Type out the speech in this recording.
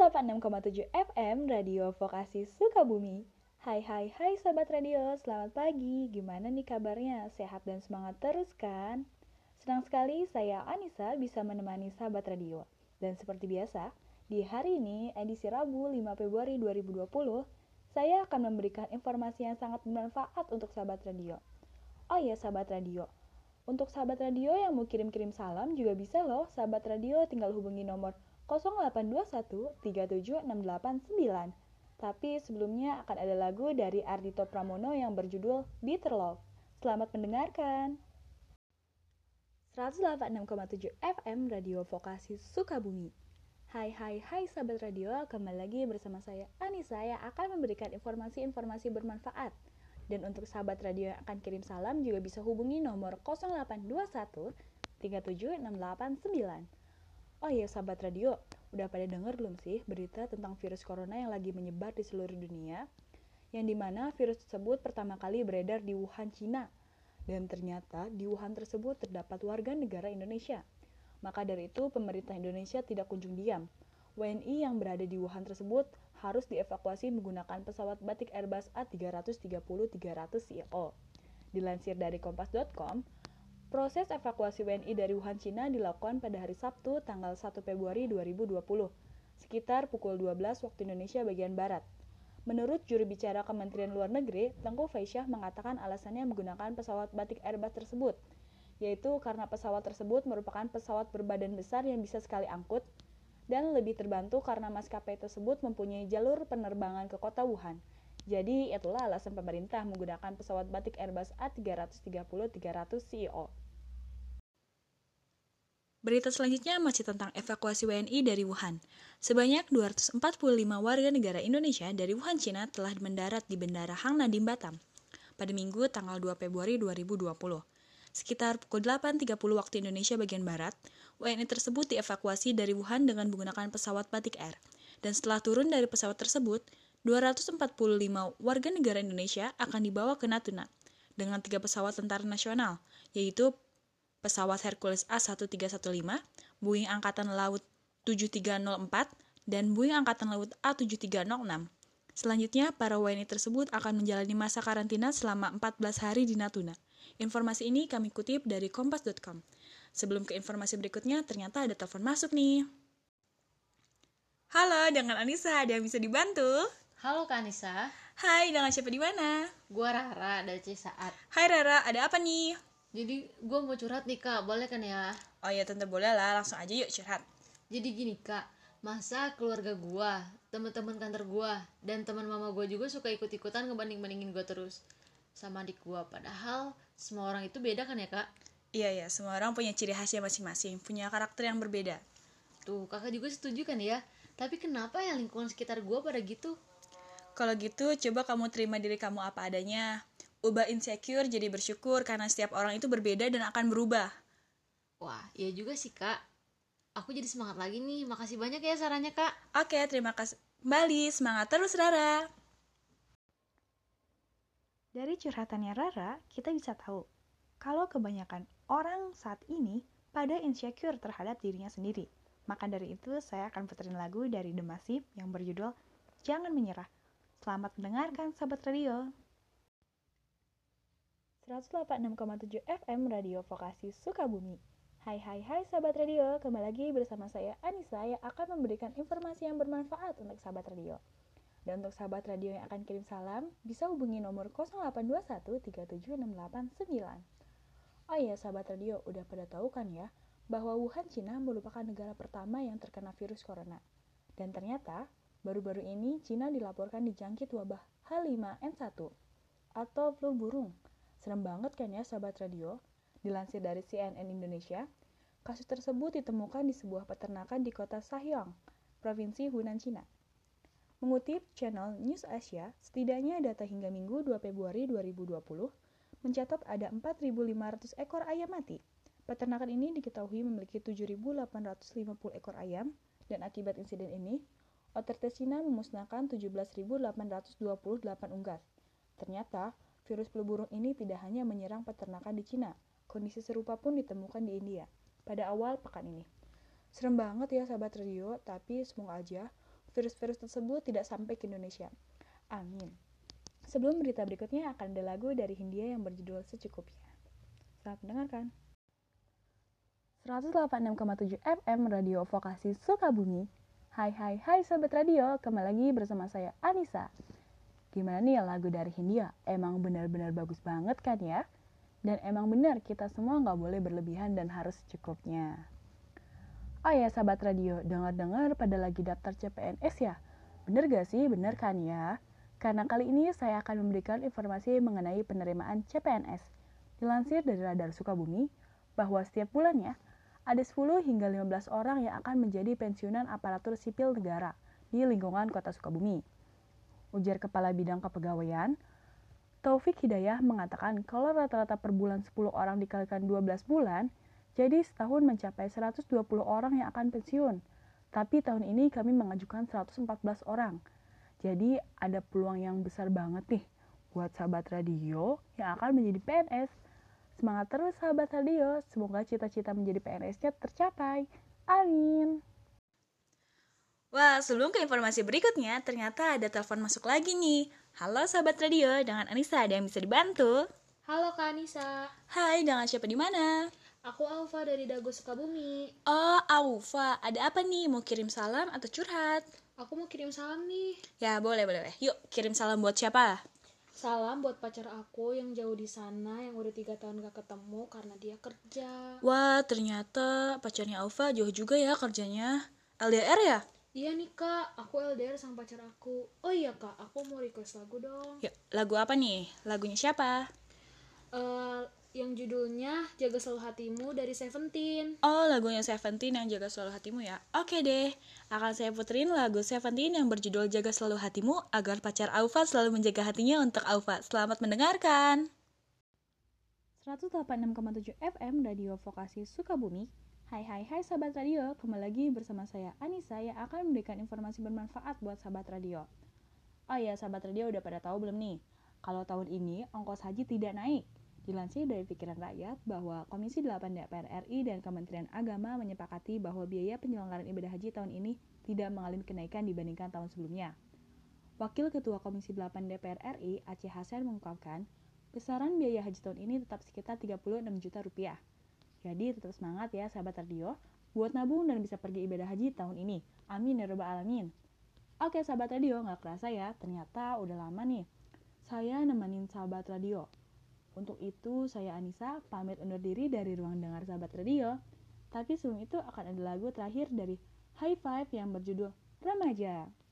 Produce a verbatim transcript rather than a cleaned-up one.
delapan puluh enam koma tujuh F M Radio Vokasi Sukabumi. Hai hai hai Sobat Radio, selamat pagi. Gimana nih kabarnya? Sehat dan semangat terus kan? Senang sekali saya Anissa bisa menemani Sahabat Radio. Dan seperti biasa, di hari ini edisi Rabu lima Februari dua ribu dua puluh, saya akan memberikan informasi yang sangat bermanfaat untuk Sahabat Radio. Oh iya Sahabat Radio, untuk Sahabat Radio yang mau kirim-kirim salam juga bisa loh. Sahabat Radio tinggal hubungi nomor nol delapan dua satu tiga tujuh enam delapan sembilan. Tapi sebelumnya akan ada lagu dari Ardhito Pramono yang berjudul Bitter Love. Selamat mendengarkan. seratus delapan puluh enam koma tujuh F M Radio Vokasi Sukabumi. Hai hai hai Sahabat Radio, kembali lagi bersama saya Anissa yang akan memberikan informasi-informasi bermanfaat. Dan untuk Sahabat Radio yang akan kirim salam juga bisa hubungi nomor nol delapan dua satu tiga tujuh enam delapan sembilan. Oh iya Sahabat Radio, udah pada denger belum sih berita tentang virus corona yang lagi menyebar di seluruh dunia? Yang dimana virus tersebut pertama kali beredar di Wuhan, Cina. Dan ternyata di Wuhan tersebut terdapat warga negara Indonesia. Maka dari itu pemerintah Indonesia tidak kunjung diam. W N I yang berada di Wuhan tersebut harus dievakuasi menggunakan pesawat Batik Airbus A tiga tiga nol tiga ratus C E O. Dilansir dari kompas titik com, proses evakuasi W N I dari Wuhan, Cina dilakukan pada hari Sabtu, tanggal satu Februari dua ribu dua puluh, sekitar pukul dua belas waktu Indonesia bagian Barat. Menurut juru bicara Kementerian Luar Negeri, Tengku Faisyah mengatakan alasannya menggunakan pesawat Batik Airbus tersebut, yaitu karena pesawat tersebut merupakan pesawat berbadan besar yang bisa sekali angkut, dan lebih terbantu karena maskapai tersebut mempunyai jalur penerbangan ke kota Wuhan. Jadi, itulah alasan pemerintah menggunakan pesawat Batik Airbus A tiga tiga nol tiga ratus C E O. Berita selanjutnya masih tentang evakuasi W N I dari Wuhan. Sebanyak dua ratus empat puluh lima warga negara Indonesia dari Wuhan, Cina telah mendarat di Bandara Hang Nadiem Batam pada Minggu tanggal dua Februari dua ribu dua puluh. Sekitar pukul delapan tiga puluh waktu Indonesia bagian Barat, W N I tersebut dievakuasi dari Wuhan dengan menggunakan pesawat Batik Air. Dan setelah turun dari pesawat tersebut, dua ratus empat puluh lima warga negara Indonesia akan dibawa ke Natuna dengan tiga pesawat tentara nasional, yaitu pesawat Hercules A seribu tiga ratus lima belas, Boeing Angkatan Laut tujuh tiga nol empat, dan Boeing Angkatan Laut A tujuh tiga nol enam. Selanjutnya, para W N I tersebut akan menjalani masa karantina selama empat belas hari di Natuna. Informasi ini kami kutip dari kompas titik com. Sebelum ke informasi berikutnya, ternyata ada telepon masuk nih. Halo, dengan Anissa, ada yang bisa dibantu? Halo Kak Anissa. Hai, dengan siapa di mana? Gua Rara dari Cisaat. Hai Rara, ada apa nih? Jadi gue mau curhat nih Kak, boleh kan ya? Oh iya tentu boleh lah, langsung aja yuk curhat. Jadi gini Kak, masa keluarga gue, teman-teman kantor gue, dan teman mama gue juga suka ikut-ikutan ngebanding-bandingin gue terus sama adik gue. Padahal semua orang itu beda kan ya Kak? Iya ya, semua orang punya ciri khasnya masing-masing, punya karakter yang berbeda. Tuh, kakak juga setuju kan ya? Tapi kenapa ya lingkungan sekitar gue pada gitu? Kalau gitu, coba kamu terima diri kamu apa adanya. Ubah insecure jadi bersyukur karena setiap orang itu berbeda dan akan berubah. Wah, iya juga sih Kak. Aku jadi semangat lagi nih. Makasih banyak ya sarannya Kak. Oke, terima kasih kembali. Semangat terus Rara. Dari curhatannya Rara, kita bisa tahu kalau kebanyakan orang saat ini pada insecure terhadap dirinya sendiri. Maka dari itu, saya akan puterin lagu dari The Massive yang berjudul Jangan Menyerah. Selamat mendengarkan Sahabat Radio. seratus delapan puluh enam koma tujuh F M Radio Vokasi Sukabumi. Hai hai hai Sahabat Radio, kembali lagi bersama saya Anissa yang akan memberikan informasi yang bermanfaat untuk Sahabat Radio. Dan untuk Sahabat Radio yang akan kirim salam, bisa hubungi nomor nol delapan dua satu tiga tujuh enam delapan sembilan. Oh iya Sahabat Radio, udah pada tahu kan ya, bahwa Wuhan, Cina merupakan negara pertama yang terkena virus corona. Dan ternyata, baru-baru ini Cina dilaporkan dijangkit wabah H lima N satu atau flu burung. Serem banget kan ya Sahabat Radio? Dilansir dari C N N Indonesia, kasus tersebut ditemukan di sebuah peternakan di kota Shahyang, Provinsi Hunan, Cina. Mengutip channel News Asia, setidaknya data hingga Minggu dua Februari dua ribu dua puluh mencatat ada empat ribu lima ratus ekor ayam mati. Peternakan ini diketahui memiliki tujuh ribu delapan ratus lima puluh ekor ayam, dan akibat insiden ini, otoritas Cina memusnahkan tujuh belas ribu delapan ratus dua puluh delapan unggas. Ternyata, virus flu burung ini tidak hanya menyerang peternakan di Cina, kondisi serupa pun ditemukan di India pada awal pekan ini. Serem banget ya Sahabat Radio, tapi semoga aja virus-virus tersebut tidak sampai ke Indonesia. Amin. Sebelum berita berikutnya akan ada lagu dari Hindia yang berjudul Secukupnya. Selamat mendengarkan. seratus delapan puluh enam koma tujuh F M Radio Vokasi Sukabumi. Hai hai hai Sobat Radio, kembali lagi bersama saya Anissa. Gimana nih lagu dari Hindia? Emang benar-benar bagus banget kan ya? Dan emang benar kita semua nggak boleh berlebihan dan harus secukupnya. Oh ya Sobat Radio, dengar-dengar pada lagi daftar C P N S ya? Bener gak sih? Bener kan ya? Karena kali ini saya akan memberikan informasi mengenai penerimaan C P N S. Dilansir dari Radar Sukabumi, bahwa setiap bulannya ada sepuluh hingga lima belas orang yang akan menjadi pensiunan aparatur sipil negara di lingkungan Kota Sukabumi. Ujar Kepala Bidang Kepegawaian, Taufik Hidayah mengatakan kalau rata-rata per bulan sepuluh orang dikalikan dua belas bulan, jadi setahun mencapai seratus dua puluh orang yang akan pensiun. Tapi tahun ini kami mengajukan seratus empat belas orang. Jadi ada peluang yang besar banget nih buat sahabat radio yang akan menjadi P N S. Semangat terus sahabat radio, semoga cita-cita menjadi P N S-nya tercapai. Amin. Wah, sebelum ke informasi berikutnya, ternyata ada telepon masuk lagi nih. Halo sahabat radio, dengan Anissa, ada yang bisa dibantu? Halo Kak Anissa. Hai, dengan siapa di mana? Aku Alfa dari Dago Sukabumi. Oh, Aufa, ada apa nih? Mau kirim salam atau curhat? Aku mau kirim salam nih. Ya, boleh, boleh. Yuk, kirim salam buat siapa? Salam buat pacar aku yang jauh di sana, yang udah tiga tahun gak ketemu karena dia kerja. Wah, ternyata pacarnya Aufa jauh juga ya kerjanya. L D R ya? Iya nih Kak, aku L D R sama pacar aku. Oh iya Kak, aku mau request lagu dong. Yuk, lagu apa nih? Lagunya siapa? Uh, yang judulnya Jaga Selalu Hatimu dari Seventeen. Oh, lagunya Seventeen yang Jaga Selalu Hatimu ya. Oke deh, akan saya puterin lagu Seventeen yang berjudul Jaga Selalu Hatimu agar pacar Aufa selalu menjaga hatinya untuk Aufa. Selamat mendengarkan. seratus delapan puluh enam koma tujuh F M Radio Vokasi Sukabumi. Hai hai hai sahabat radio, kembali lagi bersama saya Anissa yang akan memberikan informasi bermanfaat buat sahabat radio. Oh ya, sahabat radio udah pada tahu belum nih? Kalau tahun ini ongkos haji tidak naik. Dilansir dari Pikiran Rakyat bahwa Komisi delapan D P R R I dan Kementerian Agama menyepakati bahwa biaya penyelenggaraan ibadah haji tahun ini tidak mengalami kenaikan dibandingkan tahun sebelumnya. Wakil Ketua Komisi delapan D P R R I, Aceh Hasan mengungkapkan, besaran biaya haji tahun ini tetap sekitar tiga puluh enam juta rupiah. Jadi tetap semangat ya sahabat radio, buat nabung dan bisa pergi ibadah haji tahun ini. Amin ya rabbal alamin. Oke sahabat radio, gak kerasa ya, ternyata udah lama nih saya nemenin sahabat radio. Untuk itu saya Anissa pamit undur diri dari ruang dengar sahabat radio. Tapi sebelum itu akan ada lagu terakhir dari High Five yang berjudul Remaja.